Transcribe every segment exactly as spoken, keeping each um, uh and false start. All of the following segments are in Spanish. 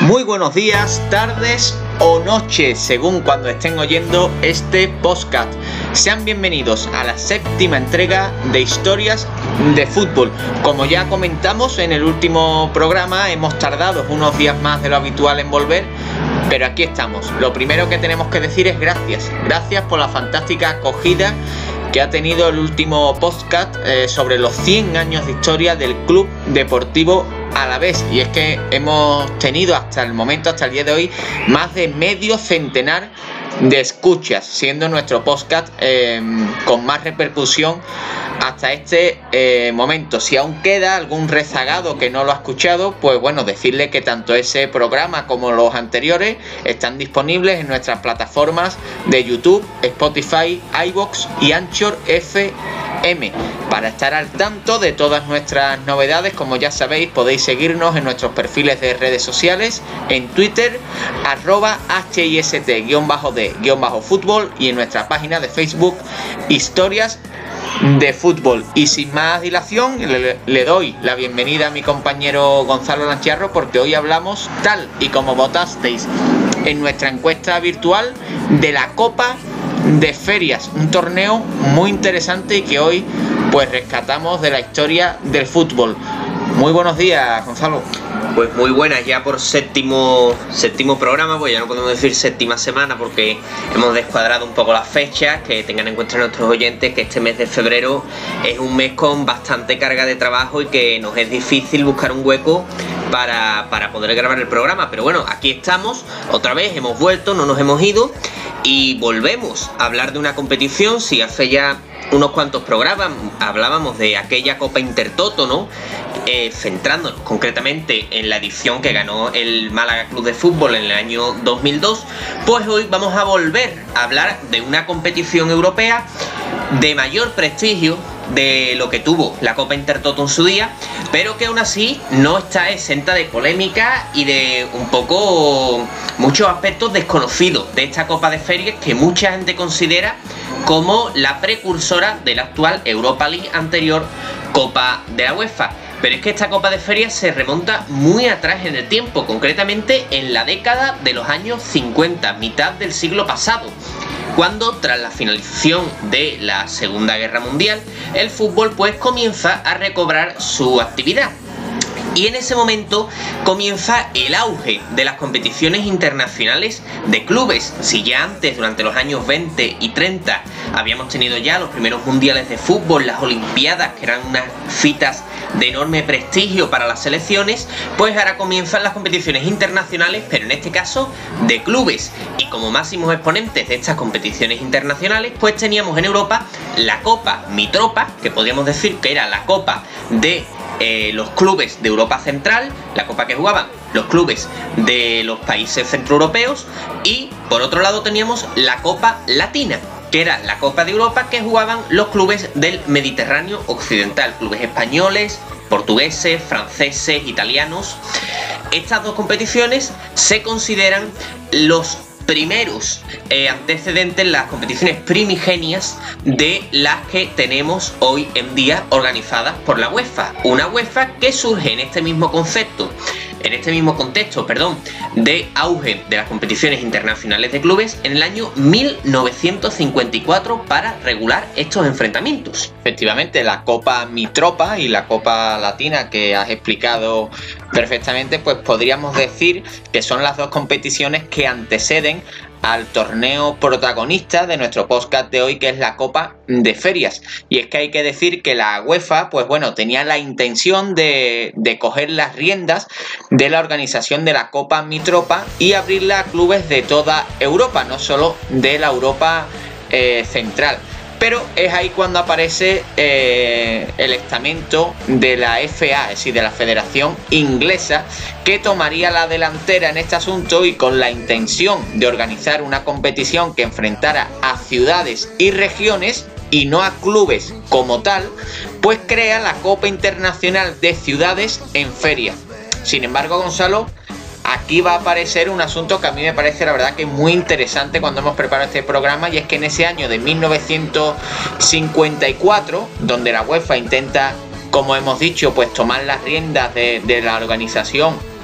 Muy buenos días, tardes o noches, según cuando estén oyendo este podcast. Sean bienvenidos a la séptima entrega de Historias de Fútbol. Como ya comentamos en el último programa, hemos tardado unos días más de lo habitual en volver, pero aquí estamos. Lo primero que tenemos que decir es gracias. Gracias por la fantástica acogida que ha tenido el último podcast eh, sobre los cien años de historia del Club Deportivo Alavés. Y es que hemos tenido hasta el momento, hasta el día de hoy, más de medio centenar de escuchas, siendo nuestro podcast eh, con más repercusión hasta este eh, momento. Si aún queda algún rezagado que no lo ha escuchado, pues bueno, decirle que tanto ese programa como los anteriores están disponibles en nuestras plataformas de YouTube, Spotify, iVoox y Anchor F M. Para estar al tanto de todas nuestras novedades, como ya sabéis, podéis seguirnos en nuestros perfiles de redes sociales, en Twitter, arroba hist-d-fútbol, y en nuestra página de Facebook, Historias de Fútbol. Y sin más dilación, le, le doy la bienvenida a mi compañero Gonzalo Lanciarro, porque hoy hablamos, tal y como votasteis en nuestra encuesta virtual, de la Copa de Ferias, un torneo muy interesante y que hoy pues rescatamos de la historia del fútbol. Muy buenos días, Gonzalo. Pues muy buenas, ya por séptimo séptimo programa, pues ya no podemos decir séptima semana porque hemos descuadrado un poco las fechas. Que tengan en cuenta nuestros oyentes que este mes de febrero es un mes con bastante carga de trabajo y que nos es difícil buscar un hueco para, para poder grabar el programa. Pero bueno, aquí estamos, otra vez hemos vuelto, no nos hemos ido y volvemos a hablar de una competición. Si hace ya unos cuantos programas hablábamos de aquella Copa Intertoto, ¿no? Eh, centrándonos concretamente en la edición que ganó el Málaga Club de Fútbol en el año dos mil dos, pues hoy vamos a volver a hablar de una competición europea de mayor prestigio de lo que tuvo la Copa Intertoto en su día, pero que aún así no está exenta de polémica y de un poco muchos aspectos desconocidos de esta Copa de Ferias, que mucha gente considera como la precursora de la actual Europa League, anterior Copa de la UEFA. Pero es que esta Copa de Ferias se remonta muy atrás en el tiempo, concretamente en la década de los años cincuenta, mitad del siglo pasado, cuando tras la finalización de la Segunda Guerra Mundial, el fútbol pues comienza a recobrar su actividad. Y en ese momento comienza el auge de las competiciones internacionales de clubes. Si ya antes, durante los años veinte y treinta, habíamos tenido ya los primeros mundiales de fútbol, las olimpiadas, que eran unas citas de enorme prestigio para las selecciones, pues ahora comienzan las competiciones internacionales, pero en este caso de clubes. Y como máximos exponentes de estas competiciones internacionales, pues teníamos en Europa la Copa Mitropa, que podríamos decir que era la Copa de Eh, los clubes de Europa Central, la copa que jugaban los clubes de los países centroeuropeos, y por otro lado teníamos la Copa Latina, que era la Copa de Europa que jugaban los clubes del Mediterráneo Occidental, clubes españoles, portugueses, franceses, italianos. Estas dos competiciones se consideran los primeros eh, antecedentes, las competiciones primigenias de las que tenemos hoy en día organizadas por la UEFA. Una UEFA que surge en este mismo concepto, en este mismo contexto, perdón, de auge de las competiciones internacionales de clubes en el año mil novecientos cincuenta y cuatro para regular estos enfrentamientos. Efectivamente, la Copa Mitropa y la Copa Latina que has explicado perfectamente, pues podríamos decir que son las dos competiciones que anteceden al torneo protagonista de nuestro podcast de hoy, que es la Copa de Ferias. Y es que hay que decir que la UEFA, pues bueno, tenía la intención de, de coger las riendas de la organización de la Copa Mitropa y abrirla a clubes de toda Europa, no solo de la Europa eh, central. Pero es ahí cuando aparece eh, el estamento de la F A, es decir, de la Federación Inglesa, que tomaría la delantera en este asunto y con la intención de organizar una competición que enfrentara a ciudades y regiones y no a clubes como tal, pues crea la Copa Internacional de Ciudades en Ferias. Sin embargo, Gonzalo, aquí va a aparecer un asunto que a mí me parece la verdad que muy interesante cuando hemos preparado este programa, y es que en ese año de mil novecientos cincuenta y cuatro, donde la UEFA intenta, como hemos dicho, pues tomar las riendas de, de la organización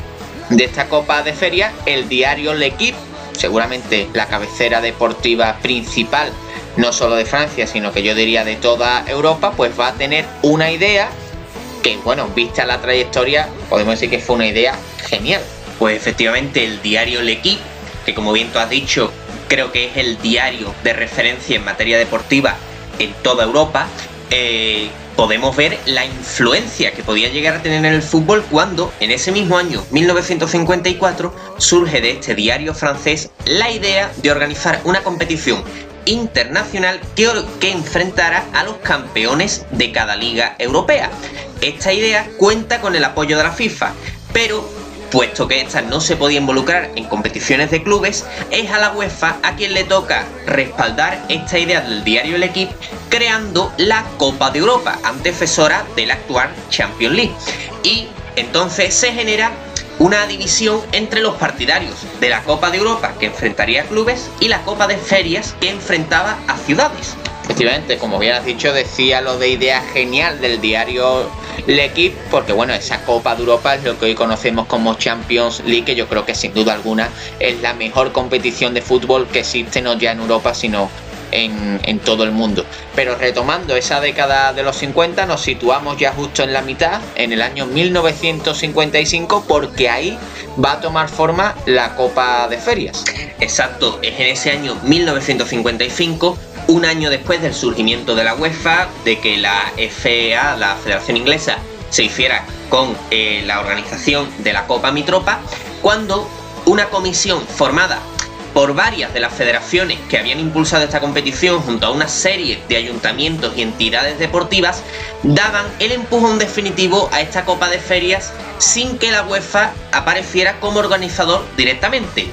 de esta Copa de Feria, el diario L'Équipe, seguramente la cabecera deportiva principal, no solo de Francia, sino que yo diría de toda Europa, pues va a tener una idea que, bueno, vista la trayectoria, podemos decir que fue una idea genial. Pues efectivamente el diario L'Équipe, que como bien tú has dicho, creo que es el diario de referencia en materia deportiva en toda Europa, eh, podemos ver la influencia que podía llegar a tener en el fútbol cuando en ese mismo año, mil novecientos cincuenta y cuatro, surge de este diario francés la idea de organizar una competición internacional que, que enfrentara a los campeones de cada liga europea. Esta idea cuenta con el apoyo de la FIFA, pero puesto que esta no se podía involucrar en competiciones de clubes, es a la UEFA a quien le toca respaldar esta idea del diario L'Équipe, creando la Copa de Europa, antecesora de la actual Champions League. Y entonces se genera una división entre los partidarios de la Copa de Europa, que enfrentaría a clubes, y la Copa de Ferias, que enfrentaba a ciudades. Efectivamente, como bien has dicho, decía lo de idea genial del diario L'Équipe, porque bueno, esa Copa de Europa es lo que hoy conocemos como Champions League, que yo creo que sin duda alguna es la mejor competición de fútbol que existe, no ya en Europa, sino en, en todo el mundo. Pero retomando esa década de los cincuenta, nos situamos ya justo en la mitad, en el año mil novecientos cincuenta y cinco, porque ahí va a tomar forma la Copa de Ferias. Exacto, es en ese año mil novecientos cincuenta y cinco, un año después del surgimiento de la UEFA, de que la F A, la Federación Inglesa, se hiciera con eh, la organización de la Copa Mitropa, cuando una comisión formada por varias de las federaciones que habían impulsado esta competición junto a una serie de ayuntamientos y entidades deportivas daban el empujón definitivo a esta Copa de Ferias sin que la UEFA apareciera como organizador directamente.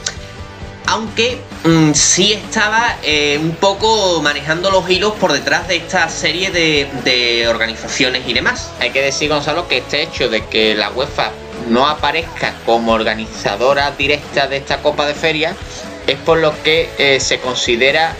Aunque mmm, sí estaba eh, un poco manejando los hilos por detrás de esta serie de, de organizaciones y demás. Hay que decir, Gonzalo, que este hecho de que la UEFA no aparezca como organizadora directa de esta Copa de Feria es por lo que eh, se considera,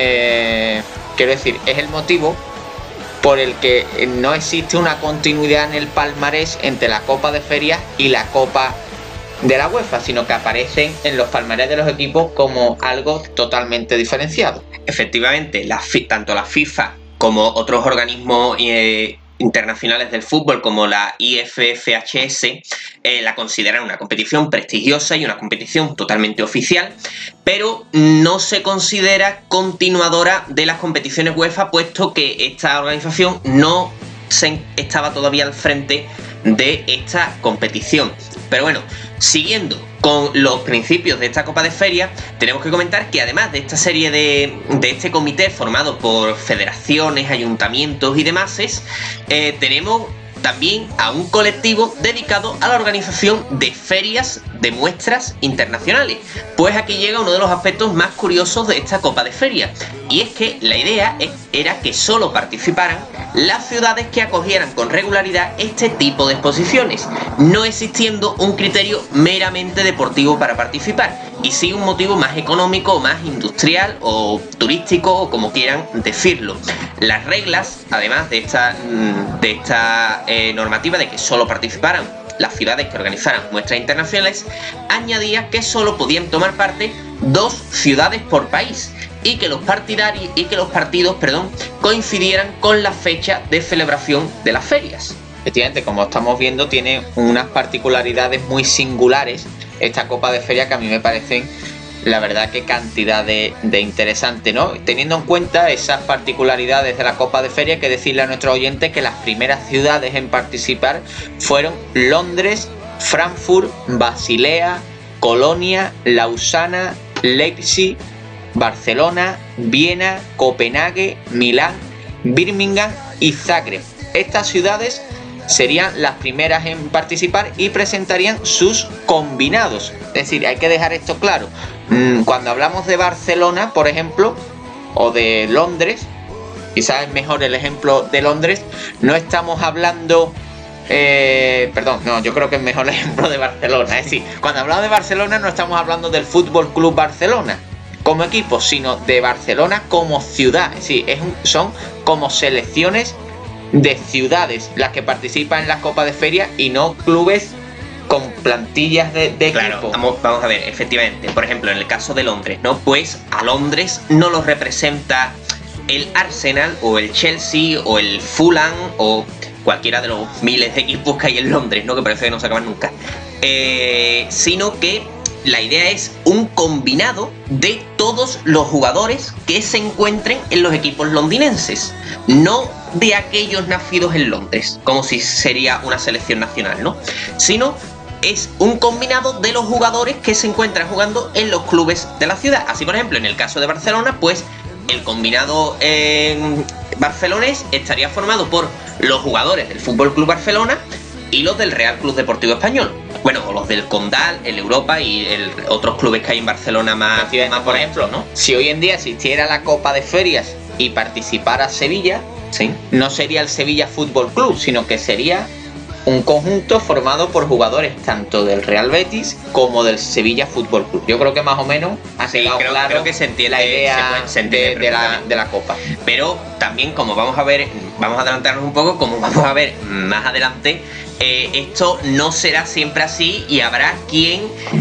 eh, quiero decir, es el motivo por el que no existe una continuidad en el palmarés entre la Copa de Ferias y la Copa de la UEFA, sino que aparecen en los palmarés de los equipos como algo totalmente diferenciado. Efectivamente, la, tanto la FIFA como otros organismos eh, internacionales del fútbol como la I F F H S eh, la consideran una competición prestigiosa y una competición totalmente oficial, pero no se considera continuadora de las competiciones UEFA, puesto que esta organización no se estaba todavía al frente de esta competición. Pero bueno, siguiendo con los principios de esta Copa de Feria, tenemos que comentar que además de esta serie de, de este comité formado por federaciones, ayuntamientos y demás, eh, tenemos también a un colectivo dedicado a la organización de ferias de muestras internacionales. Pues aquí llega uno de los aspectos más curiosos de esta Copa de Feria, y es que la idea era que solo participaran las ciudades que acogieran con regularidad este tipo de exposiciones, no existiendo un criterio meramente deportivo para participar, y sí un motivo más económico o más industrial o turístico, o como quieran decirlo. Las reglas, además de esta, de esta eh, normativa de que solo participaran las ciudades que organizaran muestras internacionales, añadía que solo podían tomar parte dos ciudades por país y que los partidarios y que los partidos, perdón, coincidieran con la fecha de celebración de las ferias. Efectivamente, como estamos viendo, tiene unas particularidades muy singulares esta Copa de Feria que a mí me parecen, la verdad, que cantidad de, de interesante, ¿no? Teniendo en cuenta esas particularidades de la Copa de Feria, hay que decirle a nuestros oyentes que las primeras ciudades en participar fueron Londres, Frankfurt, Basilea, Colonia, Lausana, Leipzig, Barcelona, Viena, Copenhague, Milán, Birmingham y Zagreb. Estas ciudades serían las primeras en participar y presentarían sus combinados. Es decir, hay que dejar esto claro. Cuando hablamos de Barcelona, por ejemplo, o de Londres, quizás es mejor el ejemplo de Londres, no estamos hablando... Eh, perdón, no, yo creo que es mejor el ejemplo de Barcelona. Es decir, cuando hablamos de Barcelona no estamos hablando del Fútbol Club Barcelona como equipo, sino de Barcelona como ciudad. Es decir, es un, son como selecciones de ciudades las que participan en la Copa de Feria y no clubes con plantillas de, de claro, equipo. Vamos, vamos a ver, efectivamente, por ejemplo, en el caso de Londres, ¿no? Pues a Londres no lo representa el Arsenal o el Chelsea o el Fulham o cualquiera de los miles de equipos que hay en Londres, ¿no? Que parece que no se acaban nunca. Eh, sino que la idea es un combinado de todos los jugadores que se encuentren en los equipos londinenses, no de aquellos nacidos en Londres, como si sería una selección nacional, ¿no? Sino es un combinado de los jugadores que se encuentran jugando en los clubes de la ciudad. Así, por ejemplo, en el caso de Barcelona, pues el combinado eh, barcelonés estaría formado por los jugadores del Fútbol Club Barcelona y los del Real Club Deportivo Español. Bueno, o los del Condal, el Europa y el, otros clubes que hay en Barcelona más, más por ejemplo, ¿no? Si hoy en día existiera la Copa de Ferias y participara Sevilla, ¿sí? No sería el Sevilla Fútbol Club, sino que sería un conjunto formado por jugadores tanto del Real Betis como del Sevilla Fútbol Club. Yo creo que más o menos ha sí, quedado creo, claro creo que se entiende, la idea se puede, se entiende de, de, la, de la Copa. Pero también, como vamos a ver, vamos a adelantarnos un poco, como vamos a ver más adelante, eh, esto no será siempre así y habrá quien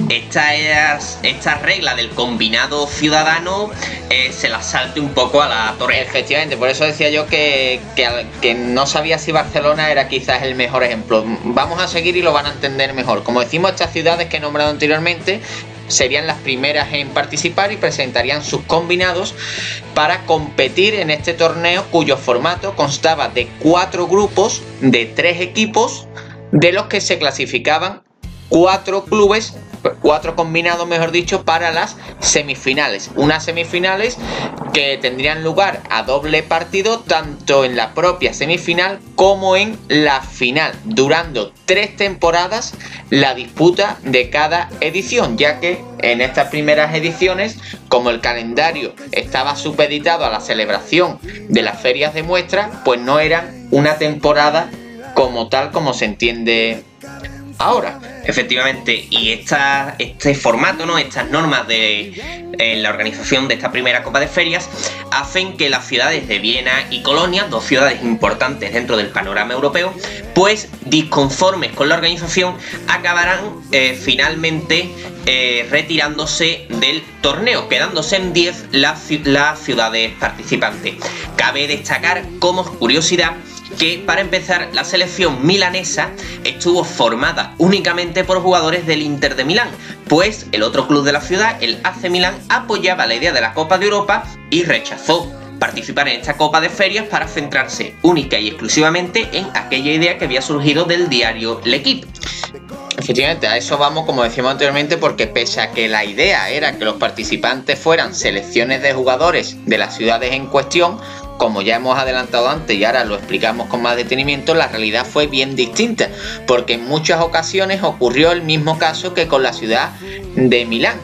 estas esta regla del combinado ciudadano eh, se la salte un poco a la torre. Efectivamente, por eso decía yo que, que, que no sabía si Barcelona era quizás el mejor ejemplo. Vamos a seguir y lo van a entender mejor. Como decimos, estas ciudades que he nombrado anteriormente serían las primeras en participar y presentarían sus combinados para competir en este torneo, cuyo formato constaba de cuatro grupos de tres equipos, de los que se clasificaban cuatro clubes, cuatro combinados mejor dicho, para las semifinales. Unas semifinales que tendrían lugar a doble partido tanto en la propia semifinal como en la final, durando tres temporadas la disputa de cada edición, ya que en estas primeras ediciones, como el calendario estaba supeditado a la celebración de las ferias de muestra, pues no eran una temporada como tal como se entiende ahora. Efectivamente, y esta, este formato, ¿no? Estas normas de eh, la organización de esta primera Copa de Ferias hacen que las ciudades de Viena y Colonia, dos ciudades importantes dentro del panorama europeo, pues disconformes con la organización acabarán eh, finalmente eh, retirándose del torneo, quedándose en diez las, las ciudades participantes. Cabe destacar como curiosidad que, para empezar, la selección milanesa estuvo formada únicamente por jugadores del Inter de Milán, pues el otro club de la ciudad, el A C Milán, apoyaba la idea de la Copa de Europa y rechazó participar en esta Copa de Ferias para centrarse única y exclusivamente en aquella idea que había surgido del diario L'Équipe. Efectivamente, a eso vamos, como decíamos anteriormente, porque pese a que la idea era que los participantes fueran selecciones de jugadores de las ciudades en cuestión, como ya hemos adelantado antes y ahora lo explicamos con más detenimiento, la realidad fue bien distinta, porque en muchas ocasiones ocurrió el mismo caso que con la ciudad de Milán,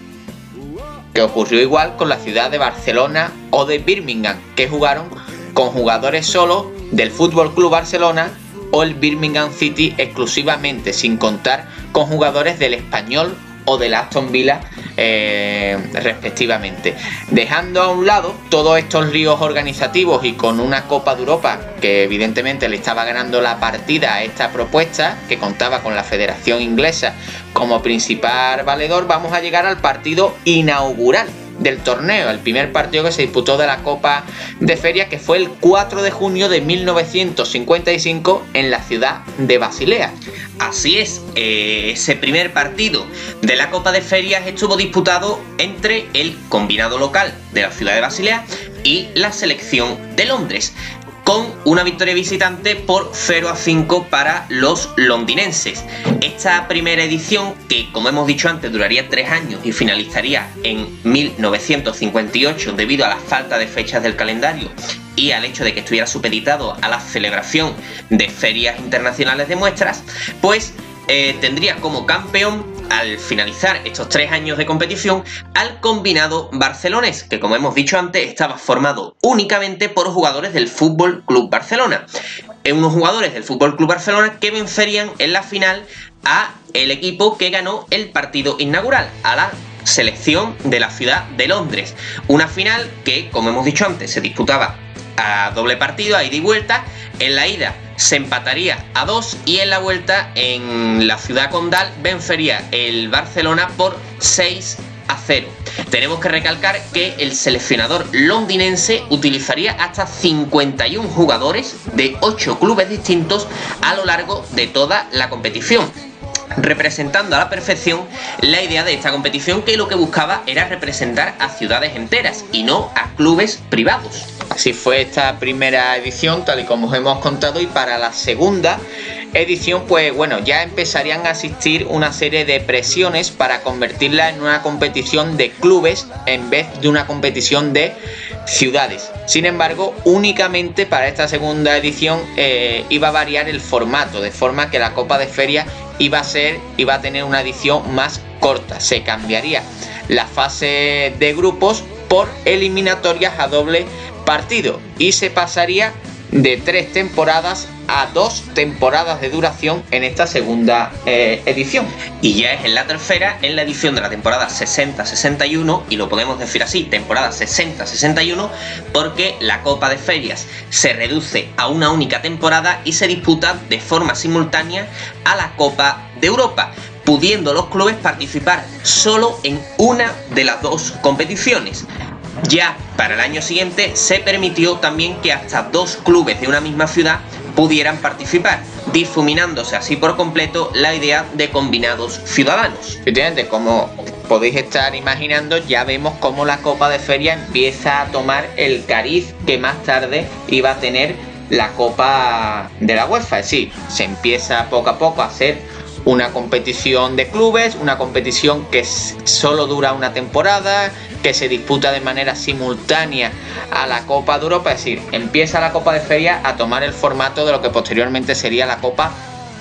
que ocurrió igual con la ciudad de Barcelona o de Birmingham, que jugaron con jugadores solo del Fútbol Club Barcelona o el Birmingham City exclusivamente, sin contar con jugadores del Español o del Aston Villa eh, respectivamente. Dejando a un lado todos estos líos organizativos y con una Copa de Europa que evidentemente le estaba ganando la partida a esta propuesta, que contaba con la Federación Inglesa como principal valedor, vamos a llegar al partido inaugural del torneo, el primer partido que se disputó de la Copa de Ferias, que fue el cuatro de junio de mil novecientos cincuenta y cinco en la ciudad de Basilea. Así es, eh, ese primer partido de la Copa de Ferias estuvo disputado entre el combinado local de la ciudad de Basilea y la selección de Londres, con una victoria visitante por cero a cinco para los londinenses. Esta primera edición, que como hemos dicho antes duraría tres años y finalizaría en mil novecientos cincuenta y ocho debido a la falta de fechas del calendario y al hecho de que estuviera supeditado a la celebración de ferias internacionales de muestras, pues eh, tendría como campeón, al finalizar estos tres años de competición, al combinado barcelonés, que como hemos dicho antes estaba formado únicamente por jugadores del Fútbol Club Barcelona. Unos jugadores del Fútbol Club Barcelona que vencerían en la final a el equipo que ganó el partido inaugural, a la selección de la ciudad de Londres. Una final que, como hemos dicho antes, se disputaba a doble partido, a ida y vuelta, En la ida se empataría a dos y en la vuelta en la ciudad condal vencería el Barcelona por seis a cero. Tenemos que recalcar que el seleccionador londinense utilizaría hasta cincuenta y uno jugadores de ocho clubes distintos a lo largo de toda la competición, representando a la perfección la idea de esta competición, que lo que buscaba era representar a ciudades enteras y no a clubes privados. Así fue esta primera edición, tal y como os hemos contado, y para la segunda edición, pues bueno, ya empezarían a existir una serie de presiones para convertirla en una competición de clubes en vez de una competición de ciudades. Sin embargo, únicamente para esta segunda edición eh, iba a variar el formato, de forma que la Copa de Feria iba a ser, iba a tener una edición más corta. Se cambiaría la fase de grupos por eliminatorias a doble partido y se pasaría de tres temporadas a dos temporadas de duración en esta segunda eh, edición. Y ya es en la tercera, en la edición de la temporada sesenta sesenta y uno, y lo podemos decir así, temporada sesenta sesenta y uno, porque la Copa de Ferias se reduce a una única temporada y se disputa de forma simultánea a la Copa de Europa, pudiendo los clubes participar solo en una de las dos competiciones. Ya para el año siguiente se permitió también que hasta dos clubes de una misma ciudad pudieran participar, difuminándose así por completo la idea de combinados ciudadanos. Efectivamente, como podéis estar imaginando, ya vemos cómo la Copa de Feria empieza a tomar el cariz que más tarde iba a tener la Copa de la UEFA. Es decir, se empieza poco a poco a hacer una competición de clubes, una competición que solo dura una temporada, que se disputa de manera simultánea a la Copa de Europa. Es decir, empieza la Copa de Feria a tomar el formato de lo que posteriormente sería la Copa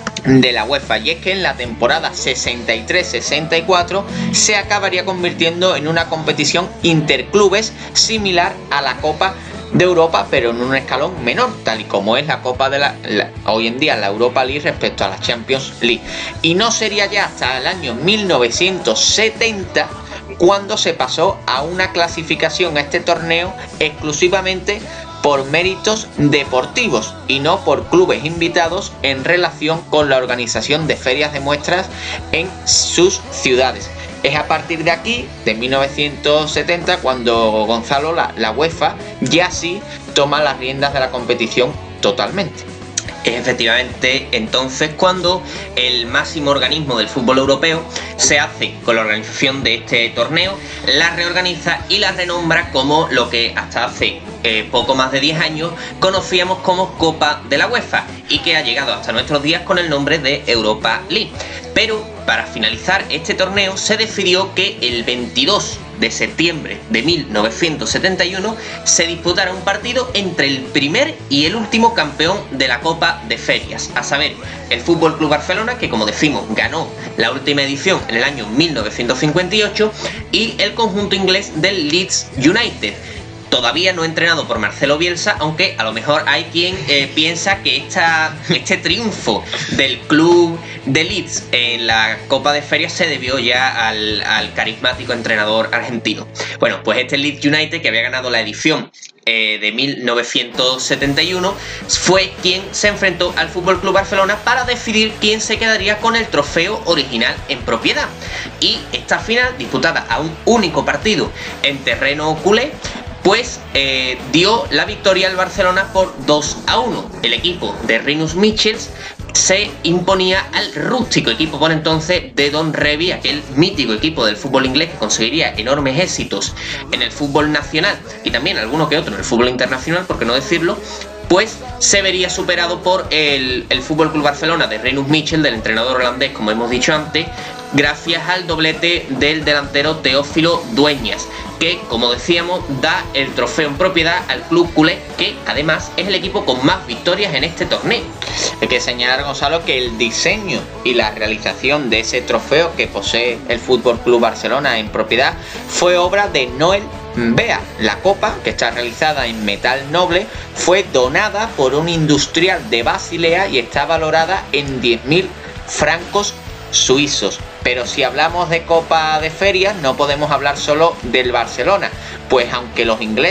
de la UEFA, y es que en la temporada sesenta y tres sesenta y cuatro se acabaría convirtiendo en una competición interclubes similar a la Copa de Europa, pero en un escalón menor, tal y como es la Copa de la, la hoy en día la Europa League respecto a la Champions League. Y no sería ya hasta el año mil novecientos setenta cuando se pasó a una clasificación a este torneo exclusivamente por méritos deportivos y no por clubes invitados en relación con la organización de ferias de muestras en sus ciudades. Es a partir de aquí, de mil novecientos setenta, cuando Gonzalo, la, la UEFA, ya sí toma las riendas de la competición totalmente. Es efectivamente entonces cuando el máximo organismo del fútbol europeo se hace con la organización de este torneo, la reorganiza y la renombra como lo que hasta hace eh, poco más de diez años conocíamos como Copa de la UEFA, y que ha llegado hasta nuestros días con el nombre de Europa League. Pero para finalizar este torneo se decidió que el veintidós de septiembre de mil novecientos setenta y uno se disputara un partido entre el primer y el último campeón de la Copa de Ferias, a saber, el F C Barcelona, que como decimos ganó la última edición en el año mil novecientos cincuenta y ocho, y el conjunto inglés del Leeds United, todavía no entrenado por Marcelo Bielsa, aunque a lo mejor hay quien eh, piensa que esta, este triunfo del club de Leeds en la Copa de Ferias se debió ya al, al carismático entrenador argentino. Bueno, pues este Leeds United, que había ganado la edición eh, de mil novecientos setenta y uno, fue quien se enfrentó al F C Barcelona para decidir quién se quedaría con el trofeo original en propiedad. Y esta final, disputada a un único partido en terreno culé, pues eh, dio la victoria al Barcelona por dos a uno. El equipo de Rinus Michels se imponía al rústico equipo por entonces de Don Revie, aquel mítico equipo del fútbol inglés que conseguiría enormes éxitos en el fútbol nacional y también alguno que otro en el fútbol internacional, por qué no decirlo. Pues se vería superado por el, el F C Barcelona de Rinus Michels, del entrenador holandés, como hemos dicho antes, gracias al doblete del delantero Teófilo Dueñas, que, como decíamos, da el trofeo en propiedad al club culé, que además es el equipo con más victorias en este torneo. Hay que señalar, Gonzalo, que el diseño y la realización de ese trofeo que posee el F C Barcelona en propiedad fue obra de Noel Bea. La copa, que está realizada en metal noble, fue donada por un industrial de Basilea y está valorada en diez mil francos suizos. Pero si hablamos de Copa de Ferias no podemos hablar solo del Barcelona, pues aunque los ingleses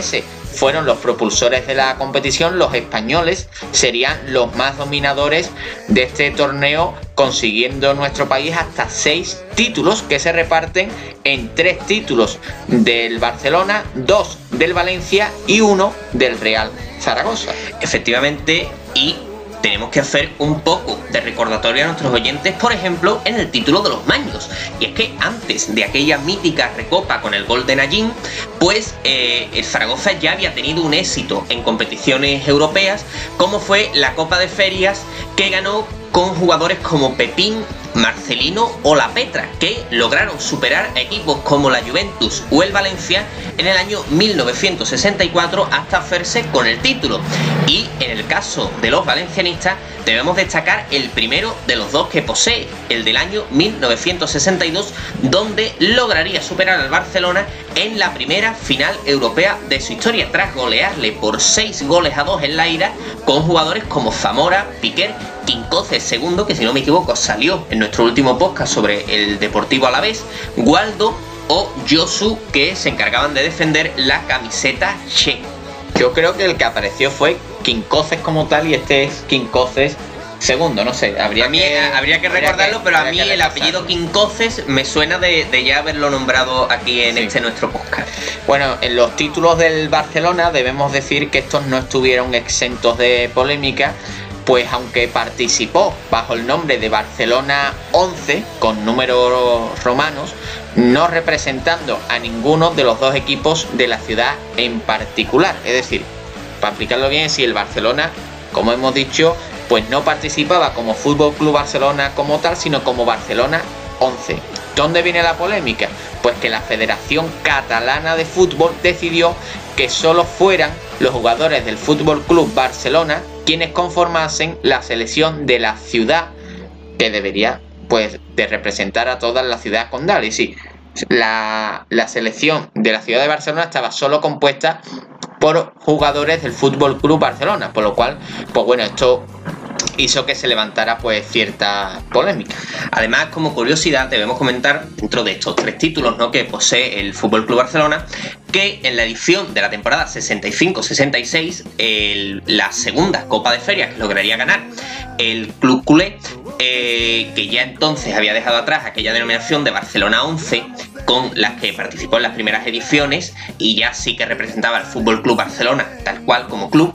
fueron los propulsores de la competición. Los españoles serían los más dominadores de este torneo, consiguiendo nuestro país hasta seis títulos que se reparten en tres títulos del Barcelona, dos del Valencia y uno del Real Zaragoza. Efectivamente, y tenemos que hacer un poco de recordatorio a nuestros oyentes, por ejemplo, en el título de los Maños. Y es que antes de aquella mítica recopa con el gol de Nayín, pues eh, el Zaragoza ya había tenido un éxito en competiciones europeas, como fue la Copa de Ferias, que ganó con jugadores como Pepín, Marcelino o La Petra, que lograron superar a equipos como la Juventus o el Valencia en el año mil novecientos sesenta y cuatro hasta hacerse con el título. Y en el caso de los valencianistas debemos destacar el primero de los dos que posee, el del año mil novecientos sesenta y dos, donde lograría superar al Barcelona en la primera final europea de su historia, tras golearle por seis goles a dos en la ida, con jugadores como Zamora, Piquer, Quincoces segundo, que si no me equivoco salió en nuestro último podcast sobre el Deportivo Alavés, Waldo o Josu, que se encargaban de defender la camiseta Che. Yo creo que el que apareció fue Quincoces como tal, y este es Quincoces segundo, no sé, habría a mí, que, habría que recordarlo, habría que, pero a mí el apellido Quincoces me suena de, de ya haberlo nombrado aquí en sí. este nuestro podcast. Bueno, en los títulos del Barcelona debemos decir que estos no estuvieron exentos de polémica, pues aunque participó bajo el nombre de Barcelona once, con números romanos, no representando a ninguno de los dos equipos de la ciudad en particular. Es decir, para explicarlo bien, si el Barcelona, como hemos dicho, pues no participaba como Fútbol Club Barcelona como tal, sino como Barcelona once. ¿Dónde viene la polémica? Pues que la Federación Catalana de Fútbol decidió que solo fueran los jugadores del Fútbol Club Barcelona quienes conformasen la selección de la ciudad, que debería pues de representar a toda la ciudad condal. Y sí, la, la selección de la ciudad de Barcelona estaba solo compuesta por jugadores del Fútbol Club Barcelona, por lo cual, pues bueno, esto hizo que se levantara pues cierta polémica. Además, como curiosidad, debemos comentar, dentro de estos tres títulos, ¿no?, que posee el Fútbol Club Barcelona, que en la edición de la temporada sesenta y cinco sesenta y seis, el, la segunda Copa de Ferias que lograría ganar el Club Culé, eh, que ya entonces había dejado atrás aquella denominación de Barcelona once, con las que participó en las primeras ediciones y ya sí que representaba al Fútbol Club Barcelona tal cual como club,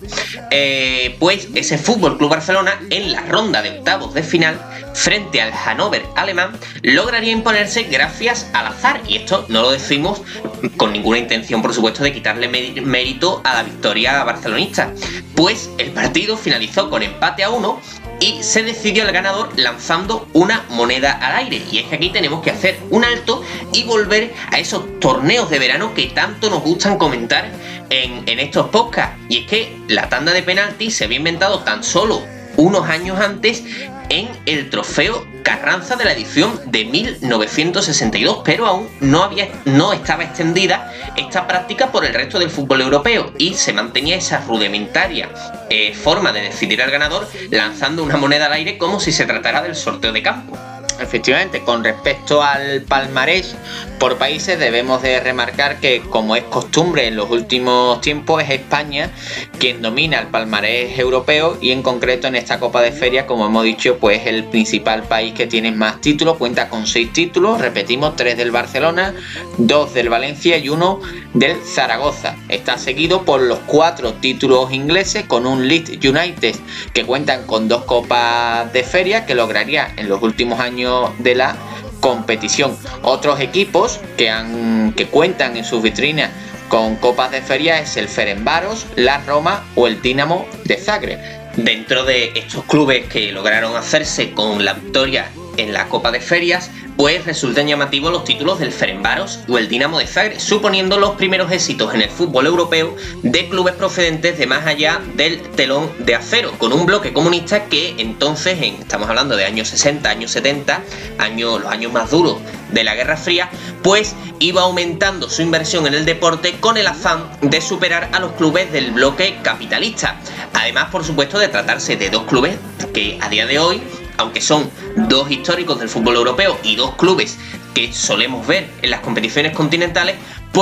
eh, pues ese Fútbol Club Barcelona en la ronda de octavos de final frente al Hannover alemán lograría imponerse gracias al azar, y esto no lo decimos con ninguna intención, por supuesto, de quitarle mérito a la victoria barcelonista, pues el partido finalizó con empate a uno y se decidió el ganador lanzando una moneda al aire. Y es que aquí tenemos que hacer un alto y volver a esos torneos de verano que tanto nos gustan comentar en, en estos podcasts. Y es que la tanda de penaltis se había inventado tan solo unos años antes en el trofeo Carranza de la edición de mil novecientos sesenta y dos, pero aún no, había, no estaba extendida esta práctica por el resto del fútbol europeo y se mantenía esa rudimentaria eh, forma de decidir al ganador lanzando una moneda al aire como si se tratara del sorteo de campo. Efectivamente, con respecto al palmarés por países, debemos de remarcar que, como es costumbre en los últimos tiempos, es España quien domina el palmarés europeo, y en concreto en esta Copa de Feria, como hemos dicho, pues el principal país que tiene más títulos, cuenta con seis títulos, repetimos, tres del Barcelona, dos del Valencia y uno del Zaragoza. Está seguido por los cuatro títulos ingleses, con un Leeds United que cuentan con dos Copas de Feria que lograría en los últimos años de la competición. Otros equipos que, han, que cuentan en sus vitrinas con copas de feria es el Ferencváros, la Roma o el Dinamo de Zagreb. Dentro de estos clubes que lograron hacerse con la victoria en la Copa de Ferias, pues resultan llamativos los títulos del Ferencváros o el Dinamo de Zagreb, suponiendo los primeros éxitos en el fútbol europeo de clubes procedentes de más allá del telón de acero, con un bloque comunista que entonces, en, estamos hablando de años sesenta, años setenta, años, los años más duros de la Guerra Fría, pues iba aumentando su inversión en el deporte con el afán de superar a los clubes del bloque capitalista. Además, por supuesto, de tratarse de dos clubes que a día de hoy, aunque son dos históricos del fútbol europeo y dos clubes que solemos ver en las competiciones continentales, pues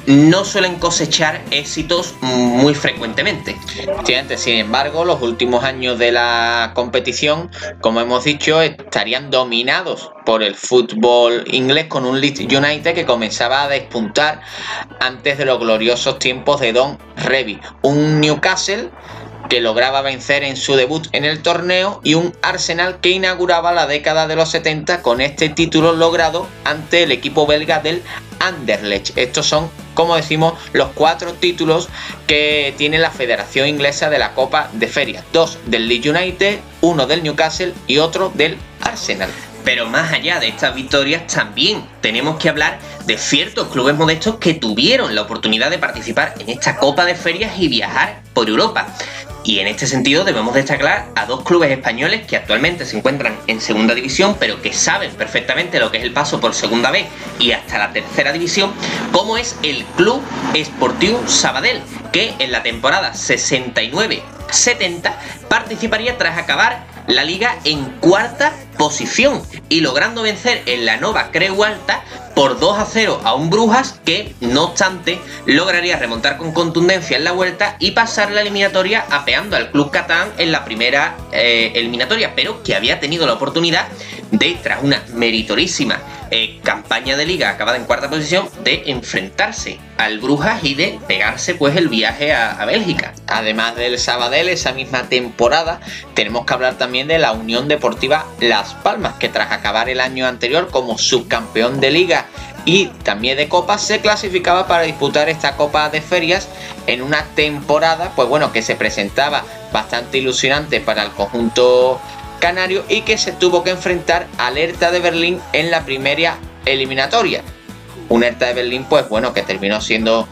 no suelen cosechar éxitos muy frecuentemente. Sin embargo, los últimos años de la competición, como hemos dicho, estarían dominados por el fútbol inglés, con un Leeds United que comenzaba a despuntar antes de los gloriosos tiempos de Don Revie, un Newcastle que lograba vencer en su debut en el torneo y un Arsenal que inauguraba la década de los setenta con este título logrado ante el equipo belga del Anderlecht. Estos son, como decimos, los cuatro títulos que tiene la Federación Inglesa de la Copa de Ferias: dos del Leeds United, uno del Newcastle y otro del Arsenal. Pero más allá de estas victorias, también tenemos que hablar de ciertos clubes modestos que tuvieron la oportunidad de participar en esta Copa de Ferias y viajar por Europa. Y en este sentido debemos destacar a dos clubes españoles que actualmente se encuentran en segunda división, pero que saben perfectamente lo que es el paso por segunda B y hasta la tercera división, como es el Club Esportiu Sabadell, que en la temporada sesenta y nueve setenta participaría tras acabar la liga en cuarta posición y logrando vencer en la Nova Creu Alta por dos a cero a un Brujas que, no obstante, lograría remontar con contundencia en la vuelta y pasar la eliminatoria apeando al Club Catalán en la primera eh, eliminatoria, pero que había tenido la oportunidad de, tras una meritorísima eh, campaña de liga acabada en cuarta posición, de enfrentarse al Brujas y de pegarse pues el viaje a, a Bélgica. Además del Sabadell, esa misma temporada tenemos que hablar también de la Unión Deportiva Las Palmas, que tras acabar el año anterior como subcampeón de liga y también de copa, se clasificaba para disputar esta Copa de Ferias en una temporada pues bueno que se presentaba bastante ilusionante para el conjunto canario y que se tuvo que enfrentar al Hertha de Berlín en la primera eliminatoria. Un Hertha de Berlín pues bueno que terminó siendo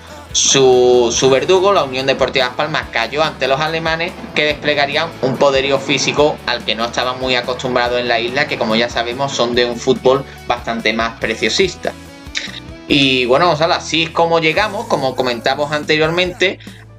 su, su verdugo. La Unión Deportiva Las Palmas cayó ante los alemanes, que desplegarían un poderío físico al que no estaban muy acostumbrados en la isla, que como ya sabemos son de un fútbol bastante más preciosista. Y bueno, Gonzalo, así es como llegamos, como comentamos anteriormente,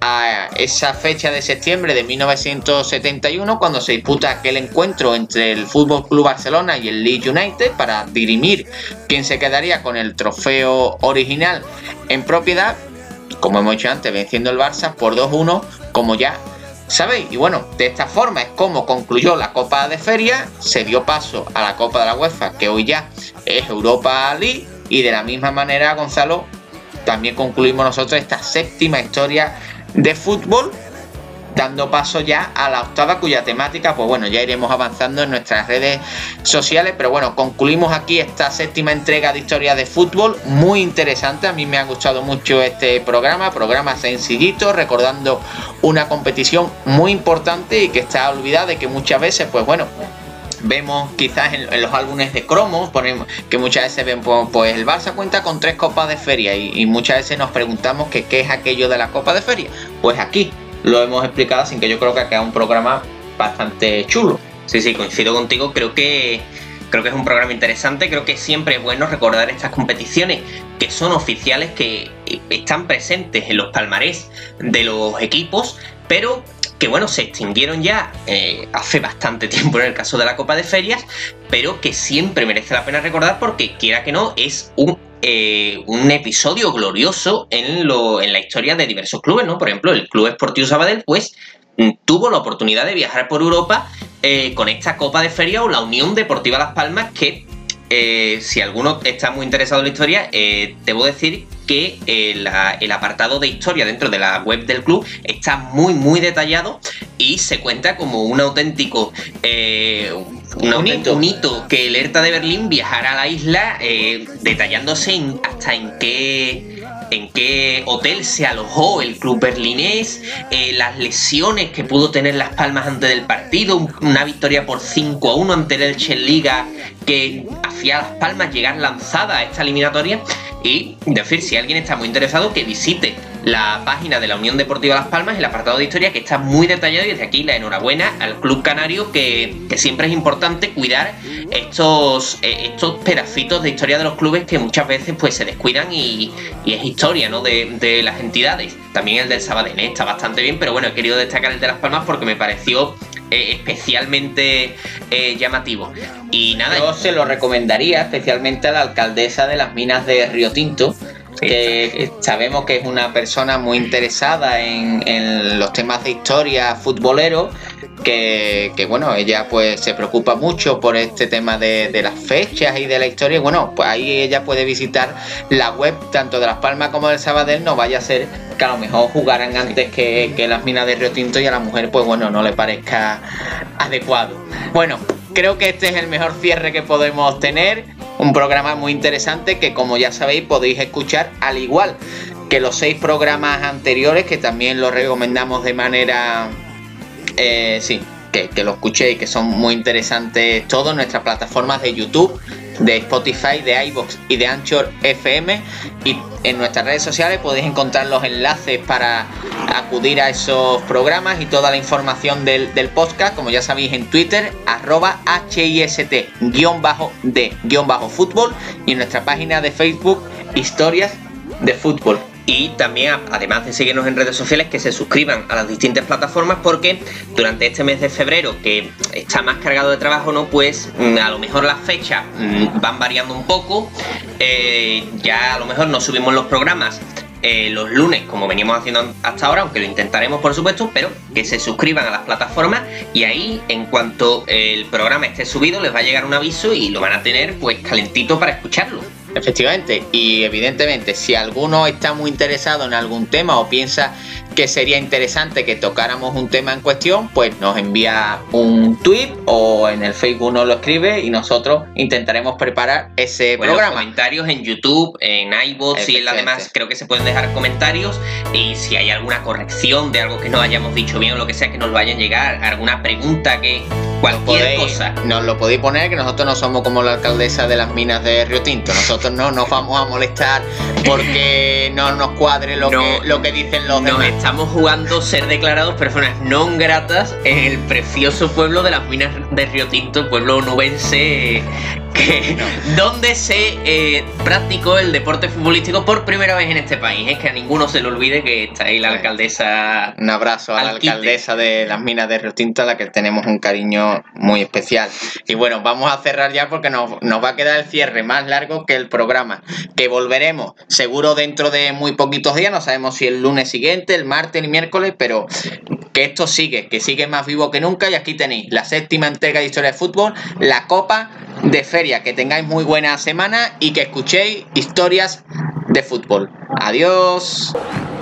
a esa fecha de septiembre de mil novecientos setenta y uno, cuando se disputa aquel encuentro entre el F C Barcelona y el Leeds United para dirimir quién se quedaría con el trofeo original en propiedad, como hemos dicho antes, venciendo el Barça por dos uno, como ya sabéis. Y bueno, de esta forma es como concluyó la Copa de Feria, se dio paso a la Copa de la UEFA, que hoy ya es Europa League, y de la misma manera, Gonzalo, también concluimos nosotros esta séptima historia de fútbol, dando paso ya a la octava, cuya temática, pues bueno, ya iremos avanzando en nuestras redes sociales, pero bueno, concluimos aquí esta séptima entrega de historias de fútbol, muy interesante. A mí me ha gustado mucho este programa, programa sencillito, recordando una competición muy importante y que está olvidada, y que muchas veces, pues bueno, vemos quizás en, en los álbumes de cromos, ponemos que muchas veces ven, pues, pues el Barça cuenta con tres copas de feria, y, y muchas veces nos preguntamos que qué es aquello de la copa de feria. Pues aquí lo hemos explicado, así que yo creo que ha quedado un programa bastante chulo. Sí, sí, coincido contigo, creo que creo que es un programa interesante. Creo que siempre es bueno recordar estas competiciones que son oficiales, que están presentes en los palmarés de los equipos, pero que bueno, se extinguieron ya eh, hace bastante tiempo en el caso de la Copa de Ferias, pero que siempre merece la pena recordar porque, quiera que no, es un, eh, un episodio glorioso en, lo, en la historia de diversos clubes, ¿no? Por ejemplo, el Club Esportiu Sabadell, pues, tuvo la oportunidad de viajar por Europa eh, con esta Copa de Feria, o la Unión Deportiva Las Palmas, que eh, si alguno está muy interesado en la historia, eh, debo decir que eh, la, el apartado de historia dentro de la web del club está muy muy detallado y se cuenta como un auténtico eh, un, un, hito. un hito que el Hertha de Berlín viajara a la isla, eh, detallándose en, hasta en qué en qué hotel se alojó el club berlinés, eh, las lesiones que pudo tener Las Palmas antes del partido, una victoria por cinco a uno ante el Elche en Liga que hacía a Las Palmas llegar lanzada a esta eliminatoria. Y decir, si alguien está muy interesado, que visite la página de la Unión Deportiva Las Palmas, el apartado de historia, que está muy detallado, y desde aquí la enhorabuena al club canario, que, que siempre es importante cuidar estos, eh, estos pedacitos de historia de los clubes que muchas veces pues se descuidan, y, y es historia, ¿no?, de, de las entidades. También el del Sabadell está bastante bien, pero bueno, he querido destacar el de Las Palmas porque me pareció eh, especialmente eh, llamativo. Y nada, yo se lo recomendaría especialmente a la alcaldesa de las minas de Río Tinto, que sabemos que es una persona muy interesada en, en los temas de historia futbolero, que, que bueno, ella pues se preocupa mucho por este tema de, de las fechas y de la historia. Bueno, pues ahí ella puede visitar la web tanto de Las Palmas como del Sabadell. No vaya a ser que a lo mejor jugaran antes que, que las Minas de Río Tinto y a la mujer pues bueno, no le parezca adecuado. Bueno, creo que este es el mejor cierre que podemos tener. Un programa muy interesante que, como ya sabéis, podéis escuchar al igual que los seis programas anteriores, que también los recomendamos de manera... Eh, sí, que, que lo escuchéis, que son muy interesantes todos en nuestras plataformas de YouTube, de Spotify, de iVoox y de Anchor F M. Y en nuestras redes sociales podéis encontrar los enlaces para acudir a esos programas y toda la información del, del podcast, como ya sabéis, en Twitter, arroba hist guión bajo de guión bajo fútbol, y en nuestra página de Facebook, Historias de Fútbol. Y también, además de seguirnos en redes sociales, que se suscriban a las distintas plataformas, porque durante este mes de febrero, que está más cargado de trabajo, ¿no? Pues a lo mejor las fechas van variando un poco. Eh, ya a lo mejor no subimos los programas eh, los lunes como veníamos haciendo hasta ahora, aunque lo intentaremos por supuesto, pero que se suscriban a las plataformas y ahí, en cuanto el programa esté subido, les va a llegar un aviso y lo van a tener pues calentito para escucharlo. Efectivamente, y evidentemente si alguno está muy interesado en algún tema o piensa que sería interesante que tocáramos un tema en cuestión, pues nos envía un tweet o en el Facebook nos lo escribe y nosotros intentaremos preparar ese bueno, programa. Comentarios en YouTube, en iVoox y en las demás, creo que se pueden dejar comentarios, y si hay alguna corrección de algo que no hayamos dicho bien o lo que sea, que nos lo vayan a llegar, alguna pregunta, que cualquier podéis, cosa. Nos lo podéis poner, que nosotros no somos como la alcaldesa de las Minas de Río Tinto. Nosotros no nos vamos a molestar porque no nos cuadre lo, no, que, lo que dicen los nos demás. Estamos jugando ser declarados personas non gratas en el precioso pueblo de las Minas de Río Tinto, pueblo onubense, que, no. donde se eh, practicó el deporte futbolístico por primera vez en este país. Es que a ninguno se le olvide que está ahí la sí. alcaldesa. Un abrazo a la alcaldesa de las Minas de Río Tinto, a la que tenemos un cariño muy especial. Y bueno, vamos a cerrar ya porque nos, nos va a quedar el cierre más largo que el programa, que volveremos seguro dentro de muy poquitos días. No sabemos si el lunes siguiente, el martes ni miércoles, pero que esto sigue, que sigue más vivo que nunca. Y aquí tenéis la séptima entrega de Historia de Fútbol, la Copa de Feria. Que tengáis muy buena semana y que escuchéis historias de fútbol. Adiós.